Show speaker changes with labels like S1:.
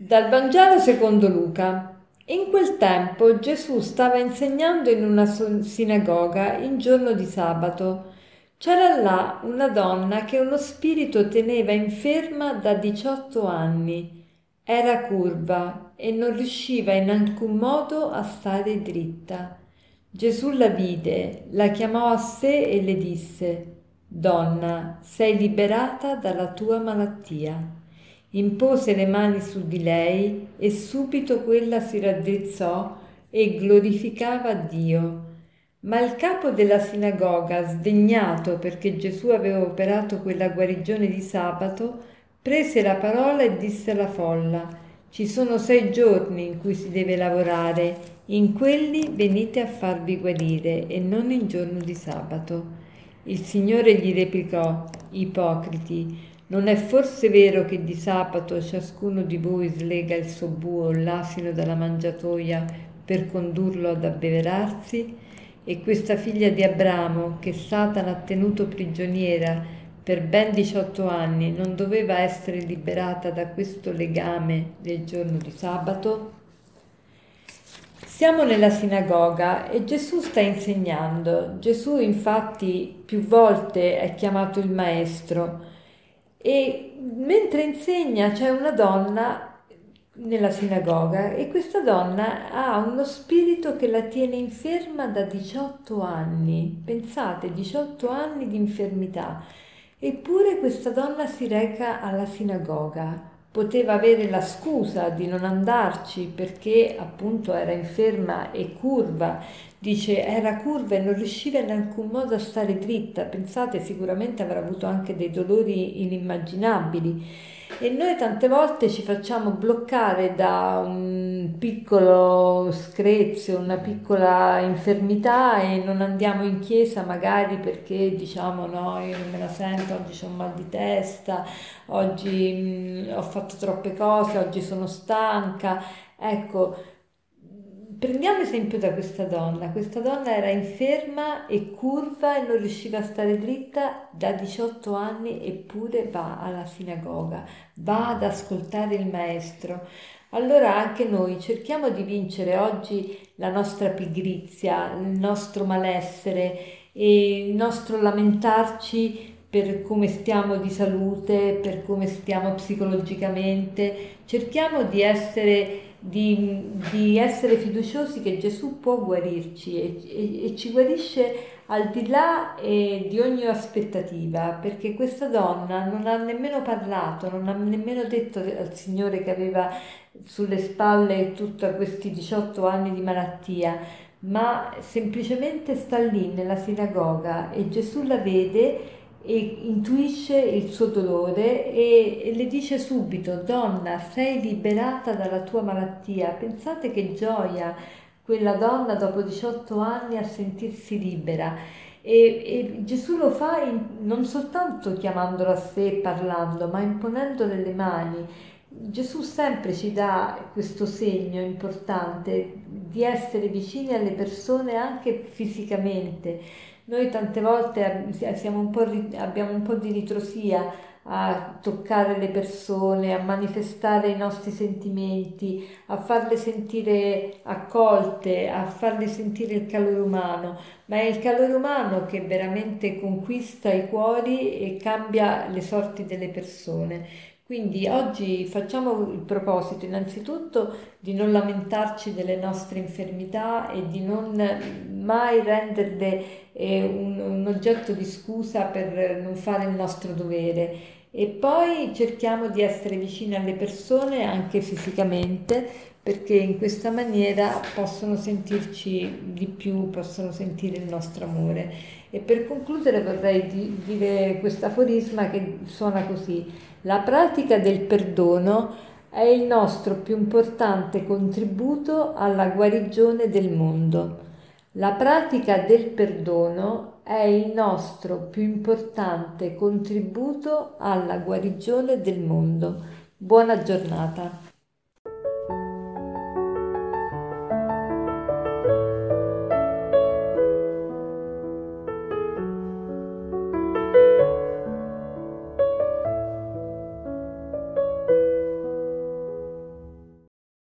S1: Dal Vangelo secondo Luca. In quel tempo Gesù stava insegnando in una sinagoga in giorno di sabato. C'era là una donna che uno spirito teneva inferma da 18 anni. Era curva e non riusciva in alcun modo a stare dritta. Gesù la vide, la chiamò a sé e le disse: Donna, sei liberata dalla tua malattia. Impose le mani su di lei e subito quella si raddrizzò e glorificava Dio. Ma il capo della sinagoga, sdegnato perché Gesù aveva operato quella guarigione di sabato, prese la parola e disse alla folla: Ci sono 6 giorni in cui si deve lavorare, in quelli venite a farvi guarire e non in giorno di sabato. Il Signore gli replicò: Ipocriti, non è forse vero che di sabato ciascuno di voi slega il suo bue o l'asino dalla mangiatoia per condurlo ad abbeverarsi? E questa figlia di Abramo, che Satana ha tenuto prigioniera per ben 18 anni, non doveva essere liberata da questo legame nel giorno di sabato? Siamo nella sinagoga e Gesù sta insegnando. Gesù infatti più volte è chiamato il maestro e mentre insegna c'è una donna nella sinagoga e questa donna ha uno spirito che la tiene inferma da 18 anni. Pensate, 18 anni di infermità. Eppure questa donna si reca alla sinagoga. Poteva avere la scusa di non andarci perché appunto era inferma e curva. Dice era curva e non riusciva in alcun modo a stare dritta. Pensate, sicuramente avrà avuto anche dei dolori inimmaginabili. E noi tante volte ci facciamo bloccare da un piccolo screzio, una piccola infermità e non andiamo in chiesa magari perché diciamo no, io non me la sento, oggi ho un mal di testa, oggi ho fatto troppe cose, oggi sono stanca. Ecco, prendiamo esempio da questa donna. Questa donna era inferma e curva e non riusciva a stare dritta da 18 anni, eppure va alla sinagoga, va ad ascoltare il maestro. Allora anche noi cerchiamo di vincere oggi la nostra pigrizia, il nostro malessere e il nostro lamentarci per come stiamo di salute, per come stiamo psicologicamente. Cerchiamo di essere fiduciosi che Gesù può guarirci e ci guarisce al di là di ogni aspettativa, perché questa donna non ha nemmeno parlato, non ha nemmeno detto al Signore che aveva sulle spalle tutti questi 18 anni di malattia, ma semplicemente sta lì nella sinagoga e Gesù la vede e intuisce il suo dolore e le dice subito: Donna, sei liberata dalla tua malattia. Pensate che gioia quella donna dopo 18 anni a sentirsi libera. E Gesù lo fa non soltanto chiamandola a sé e parlando, ma imponendole le mani. Gesù sempre ci dà questo segno importante di essere vicini alle persone anche fisicamente. Noi tante volte abbiamo un po' di ritrosia a toccare le persone, a manifestare i nostri sentimenti, a farle sentire accolte, a farle sentire il calore umano, ma è il calore umano che veramente conquista i cuori e cambia le sorti delle persone. Quindi oggi facciamo il proposito innanzitutto di non lamentarci delle nostre infermità e di non mai renderle un oggetto di scusa per non fare il nostro dovere. E poi cerchiamo di essere vicini alle persone anche fisicamente, perché in questa maniera possono sentirci di più, possono sentire il nostro amore. E per concludere vorrei dire questo aforisma che suona così: la pratica del perdono è il nostro più importante contributo alla guarigione del mondo. La pratica del perdono è il nostro più importante contributo alla guarigione del mondo. Buona giornata.